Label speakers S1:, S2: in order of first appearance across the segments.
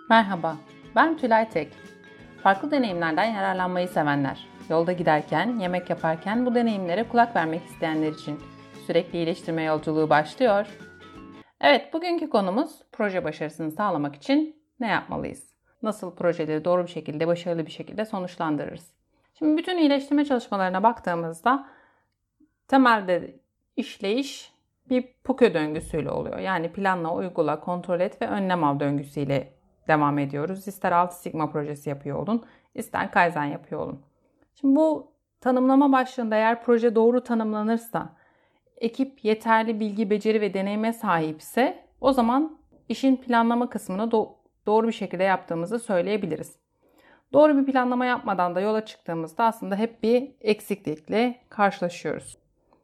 S1: Merhaba, ben Tülay Tek. Farklı deneyimlerden yararlanmayı sevenler, yolda giderken, yemek yaparken bu deneyimlere kulak vermek isteyenler için sürekli iyileştirme yolculuğu başlıyor. Evet, bugünkü konumuz proje başarısını sağlamak için ne yapmalıyız? Nasıl projeleri doğru bir şekilde, başarılı bir şekilde sonuçlandırırız? Şimdi bütün iyileştirme çalışmalarına baktığımızda temelde işleyiş bir PUKÖ döngüsüyle oluyor. Yani planla, uygula, kontrol et ve önlem al döngüsüyle devam ediyoruz. İster 6 Sigma projesi yapıyor olun, ister Kaizen yapıyor olun. Şimdi bu tanımlama başlığında eğer proje doğru tanımlanırsa, ekip yeterli bilgi, beceri ve deneyime sahipse o zaman işin planlama kısmını doğru bir şekilde yaptığımızı söyleyebiliriz. Doğru bir planlama yapmadan da yola çıktığımızda aslında hep bir eksiklikle karşılaşıyoruz.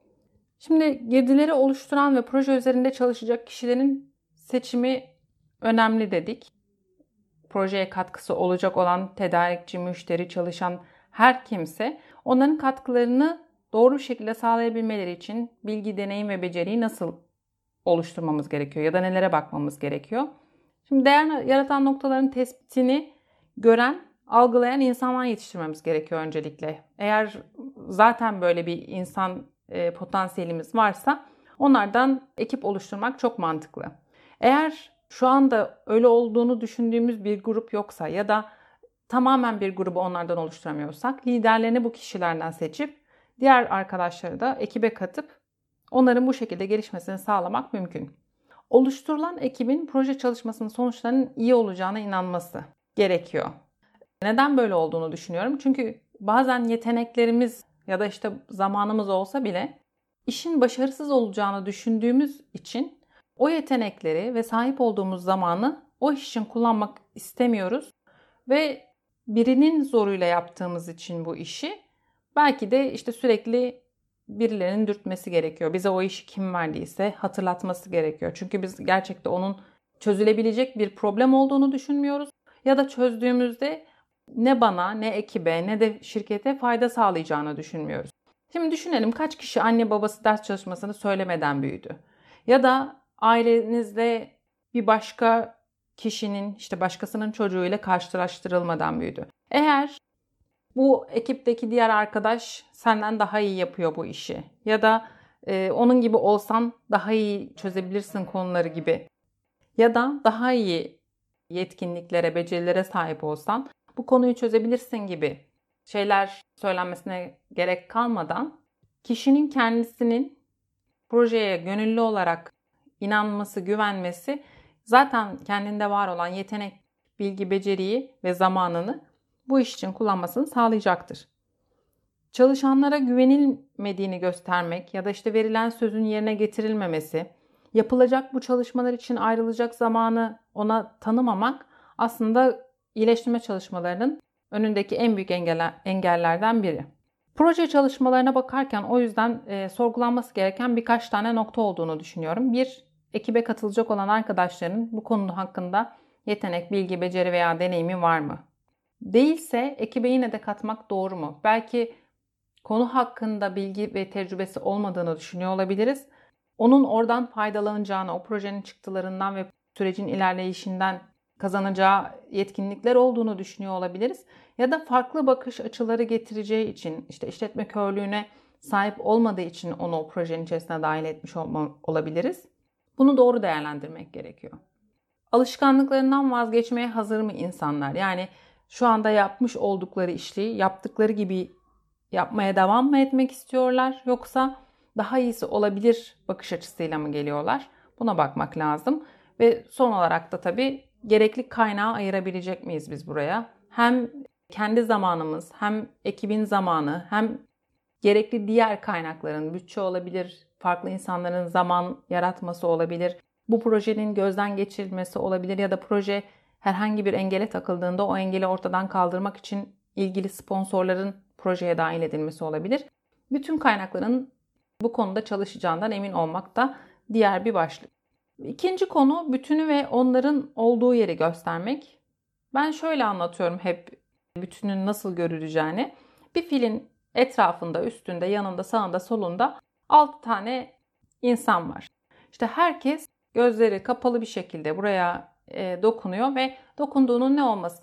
S1: Şimdi girdileri oluşturan ve proje üzerinde çalışacak kişilerin seçimi önemli dedik. Projeye katkısı olacak olan tedarikçi, müşteri, çalışan her kimse onların katkılarını doğru bir şekilde sağlayabilmeleri için bilgi, deneyim ve beceriyi nasıl oluşturmamız gerekiyor ya da nelere bakmamız gerekiyor? Şimdi değer yaratan noktaların tespitini gören, algılayan insanlar yetiştirmemiz gerekiyor öncelikle. Eğer zaten böyle bir insan potansiyelimiz varsa onlardan ekip oluşturmak çok mantıklı. Eğer şu anda öyle olduğunu düşündüğümüz bir grup yoksa ya da tamamen bir grubu onlardan oluşturamıyorsak liderlerini bu kişilerden seçip diğer arkadaşları da ekibe katıp onların bu şekilde gelişmesini sağlamak mümkün. Oluşturulan ekibin proje çalışmasının sonuçlarının iyi olacağına inanması gerekiyor. Neden böyle olduğunu düşünüyorum? Çünkü bazen yeteneklerimiz ya da işte zamanımız olsa bile işin başarısız olacağını düşündüğümüz için o yetenekleri ve sahip olduğumuz zamanı o iş için kullanmak istemiyoruz ve birinin zoruyla yaptığımız için bu işi belki de işte sürekli birilerinin dürtmesi gerekiyor. Bize o işi kim verdiyse hatırlatması gerekiyor. Çünkü biz gerçekten onun çözülebilecek bir problem olduğunu düşünmüyoruz ya da çözdüğümüzde ne bana, ne ekibe, ne de şirkete fayda sağlayacağını düşünmüyoruz. Şimdi düşünelim kaç kişi anne babası ders çalışmasını söylemeden büyüdü. Ya da ailenizde bir başka kişinin, işte başkasının çocuğuyla karşılaştırılmadan büyüdü. Eğer bu ekipteki diğer arkadaş senden daha iyi yapıyor bu işi ya da onun gibi olsan daha iyi çözebilirsin konuları gibi ya da daha iyi yetkinliklere, becerilere sahip olsan bu konuyu çözebilirsin gibi şeyler söylenmesine gerek kalmadan kişinin kendisinin projeye gönüllü olarak inanması, güvenmesi zaten kendinde var olan yetenek, bilgi, beceriyi ve zamanını bu iş için kullanmasını sağlayacaktır. Çalışanlara güvenilmediğini göstermek ya da işte verilen sözün yerine getirilmemesi, yapılacak bu çalışmalar için ayrılacak zamanı ona tanımamak aslında iyileştirme çalışmalarının önündeki en büyük engellerden biri. Proje çalışmalarına bakarken o yüzden sorgulanması gereken birkaç tane nokta olduğunu düşünüyorum. Bir, ekibe katılacak olan arkadaşların bu konu hakkında yetenek, bilgi, beceri veya deneyimi var mı? Değilse ekibe yine de katmak doğru mu? Belki konu hakkında bilgi ve tecrübesi olmadığını düşünüyor olabiliriz. Onun oradan faydalanacağını, o projenin çıktılarından ve sürecin ilerleyişinden kazanacağı yetkinlikler olduğunu düşünüyor olabiliriz. Ya da farklı bakış açıları getireceği için, işte işletme körlüğüne sahip olmadığı için onu o projenin içerisine dahil etmiş olabiliriz. Bunu doğru değerlendirmek gerekiyor. Alışkanlıklarından vazgeçmeye hazır mı insanlar? Yani şu anda yapmış oldukları işi yaptıkları gibi yapmaya devam mı etmek istiyorlar? Yoksa daha iyisi olabilir bakış açısıyla mı geliyorlar? Buna bakmak lazım. Ve son olarak da tabii gerekli kaynağı ayırabilecek miyiz biz buraya? Hem kendi zamanımız, hem ekibin zamanı, hem gerekli diğer kaynakların, bütçe olabilir, farklı insanların zaman yaratması olabilir. Bu projenin gözden geçirilmesi olabilir ya da proje herhangi bir engele takıldığında o engeli ortadan kaldırmak için ilgili sponsorların projeye dahil edilmesi olabilir. Bütün kaynakların bu konuda çalışacağından emin olmak da diğer bir başlık. İkinci konu bütünü ve onların olduğu yeri göstermek. Ben şöyle anlatıyorum hep bütünün nasıl görüleceğini. Bir filin etrafında, üstünde, yanında, sağında, solunda 6 tane insan var. İşte herkes gözleri kapalı bir şekilde buraya dokunuyor ve dokunduğunun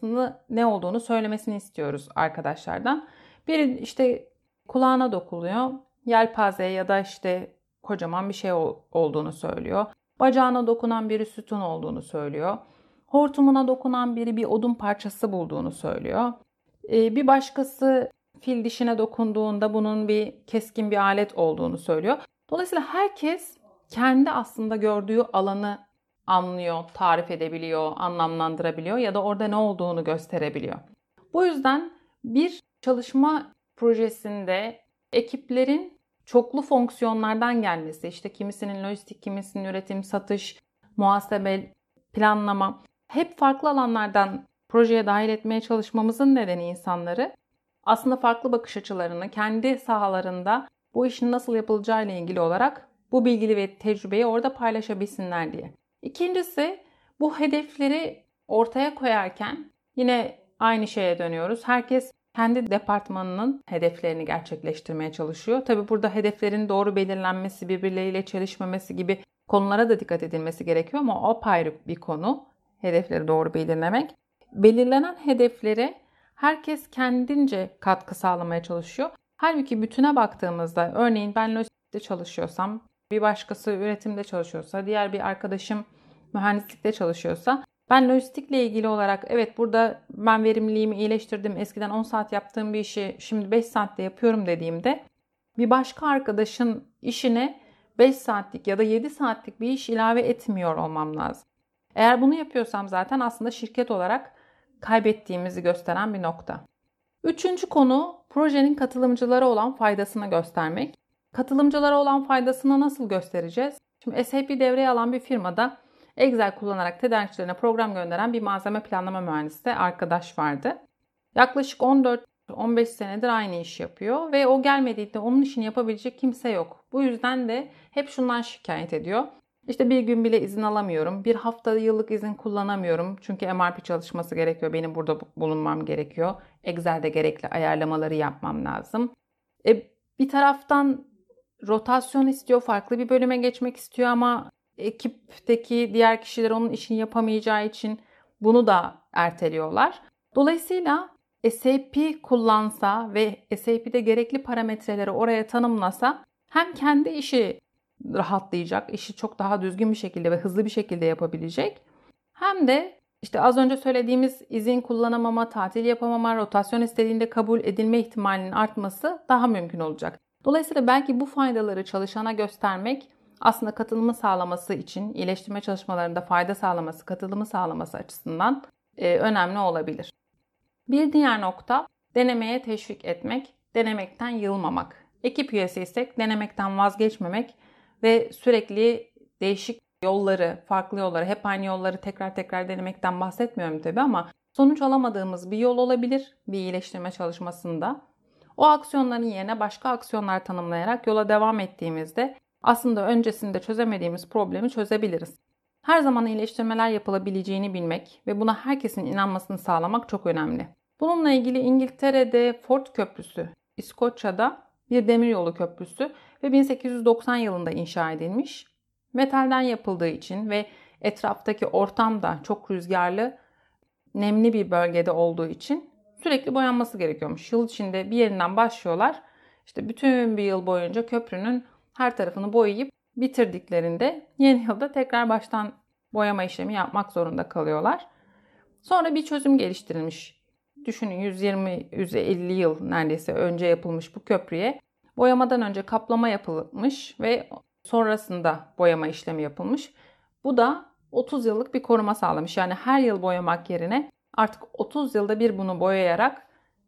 S1: ne olduğunu söylemesini istiyoruz arkadaşlardan. Biri işte kulağına dokunuyor, yelpaze ya da işte kocaman bir şey olduğunu söylüyor. Bacağına dokunan biri sütun olduğunu söylüyor. Hortumuna dokunan biri bir odun parçası bulduğunu söylüyor. Bir başkası fil dişine dokunduğunda bunun bir keskin bir alet olduğunu söylüyor. Dolayısıyla herkes kendi aslında gördüğü alanı anlıyor, tarif edebiliyor, anlamlandırabiliyor ya da orada ne olduğunu gösterebiliyor. Bu yüzden bir çalışma projesinde ekiplerin çoklu fonksiyonlardan gelmesi, işte kimisinin lojistik, kimisinin üretim, satış, muhasebe, planlama, hep farklı alanlardan projeye dahil etmeye çalışmamızın nedeni insanları aslında farklı bakış açılarını kendi sahalarında bu işin nasıl yapılacağı ile ilgili olarak bu bilgiyi ve tecrübeyi orada paylaşabilsinler diye. İkincisi, bu hedefleri ortaya koyarken yine aynı şeye dönüyoruz. Herkes kendi departmanının hedeflerini gerçekleştirmeye çalışıyor. Tabii burada hedeflerin doğru belirlenmesi, birbirleriyle çelişmemesi gibi konulara da dikkat edilmesi gerekiyor ama o apayrı bir konu. Hedefleri doğru belirlemek. Belirlenen hedeflere herkes kendince katkı sağlamaya çalışıyor. Halbuki bütüne baktığımızda, örneğin ben lojistikte çalışıyorsam, bir başkası üretimde çalışıyorsa, diğer bir arkadaşım mühendislikte çalışıyorsa, ben lojistikle ilgili olarak evet burada ben verimliliğimi iyileştirdim, eskiden 10 saat yaptığım bir işi şimdi 5 saatte yapıyorum dediğimde bir başka arkadaşın işine 5 saatlik ya da 7 saatlik bir iş ilave etmiyor olmam lazım. Eğer bunu yapıyorsam zaten aslında şirket olarak kaybettiğimizi gösteren bir nokta. Üçüncü konu projenin katılımcılara olan faydasını göstermek. Katılımcılara olan faydasını nasıl göstereceğiz? Şimdi SAP devreye alan bir firmada Excel kullanarak tedarikçilerine program gönderen bir malzeme planlama mühendisi arkadaş vardı. Yaklaşık 14-15 senedir aynı iş yapıyor ve o gelmediğinde onun işini yapabilecek kimse yok. Bu yüzden de hep şundan şikayet ediyor. İşte bir gün bile izin alamıyorum. Bir hafta yıllık izin kullanamıyorum. Çünkü MRP çalışması gerekiyor. Benim burada bulunmam gerekiyor. Excel'de gerekli ayarlamaları yapmam lazım. Bir taraftan rotasyon istiyor. Farklı bir bölüme geçmek istiyor ama ekipteki diğer kişiler onun işini yapamayacağı için bunu da erteliyorlar. Dolayısıyla SAP kullansa ve SAP'de gerekli parametreleri oraya tanımlasa hem kendi işi rahatlayacak, işi çok daha düzgün bir şekilde ve hızlı bir şekilde yapabilecek. Hem de işte az önce söylediğimiz izin kullanamama, tatil yapamama, rotasyon istediğinde kabul edilme ihtimalinin artması daha mümkün olacak. Dolayısıyla belki bu faydaları çalışana göstermek aslında katılımı sağlaması için, iyileştirme çalışmalarında fayda sağlaması, katılımı sağlaması açısından önemli olabilir. Bir diğer nokta denemeye teşvik etmek, denemekten yılmamak. Ekip üyesiysek denemekten vazgeçmemek ve sürekli değişik yolları, farklı yolları, hep aynı yolları tekrar tekrar denemekten bahsetmiyorum tabii ama sonuç alamadığımız bir yol olabilir bir iyileştirme çalışmasında. O aksiyonların yerine başka aksiyonlar tanımlayarak yola devam ettiğimizde aslında öncesinde çözemediğimiz problemi çözebiliriz. Her zaman iyileştirmeler yapılabileceğini bilmek ve buna herkesin inanmasını sağlamak çok önemli. Bununla ilgili İngiltere'de Ford Köprüsü, İskoçya'da bir demiryolu köprüsü ve 1890 yılında inşa edilmiş. Metalden yapıldığı için ve etraftaki ortam da çok rüzgarlı, nemli bir bölgede olduğu için sürekli boyanması gerekiyormuş. Yıl içinde bir yerinden başlıyorlar. İşte bütün bir yıl boyunca köprünün her tarafını boyayıp bitirdiklerinde yeni yılda tekrar baştan boyama işlemi yapmak zorunda kalıyorlar. Sonra bir çözüm geliştirilmiş. Düşünün 120-150 yıl neredeyse önce yapılmış bu köprüye boyamadan önce kaplama yapılmış ve sonrasında boyama işlemi yapılmış. Bu da 30 yıllık bir koruma sağlamış. Yani her yıl boyamak yerine artık 30 yılda bir bunu boyayarak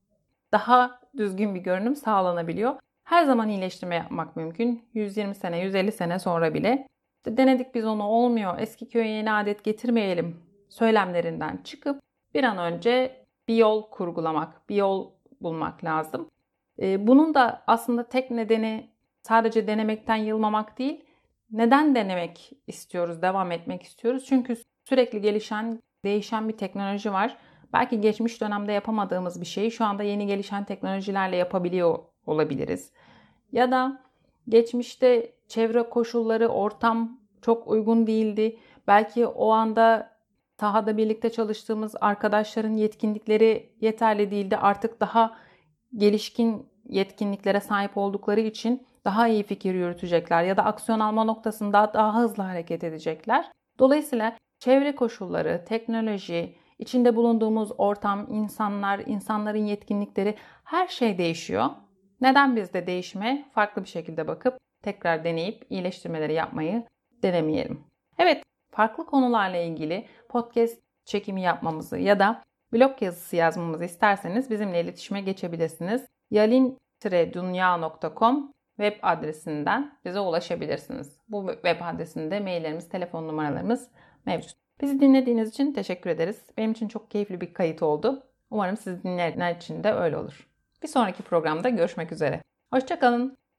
S1: daha düzgün bir görünüm sağlanabiliyor. Her zaman iyileştirme yapmak mümkün. 120 sene, 150 sene sonra bile. İşte denedik biz onu olmuyor, eski köye yeni adet getirmeyelim söylemlerinden çıkıp bir an önce bir yol kurgulamak, bir yol bulmak lazım. Bunun da aslında tek nedeni sadece denemekten yılmamak değil. Neden denemek istiyoruz, devam etmek istiyoruz? Çünkü sürekli gelişen, değişen bir teknoloji var. Belki geçmiş dönemde yapamadığımız bir şeyi şu anda yeni gelişen teknolojilerle yapabiliyor olabiliriz. Ya da geçmişte çevre koşulları, ortam çok uygun değildi. Belki o anda sahada birlikte çalıştığımız arkadaşların yetkinlikleri yeterli değildi. Artık daha gelişkin yetkinliklere sahip oldukları için daha iyi fikir yürütecekler ya da aksiyon alma noktasında daha hızlı hareket edecekler. Dolayısıyla çevre koşulları, teknoloji, içinde bulunduğumuz ortam, insanların yetkinlikleri, her şey değişiyor. Neden biz de değişime farklı bir şekilde bakıp tekrar deneyip iyileştirmeleri yapmayı denemeyelim? Evet, farklı konularla ilgili podcast çekimi yapmamızı ya da blog yazısı yazmamızı isterseniz bizimle iletişime geçebilirsiniz. yalin-dunya.com web adresinden bize ulaşabilirsiniz. Bu web adresinde maillerimiz, telefon numaralarımız mevcut. Bizi dinlediğiniz için teşekkür ederiz. Benim için çok keyifli bir kayıt oldu. Umarım siz dinleyenler için de öyle olur. Bir sonraki programda görüşmek üzere. Hoşça kalın.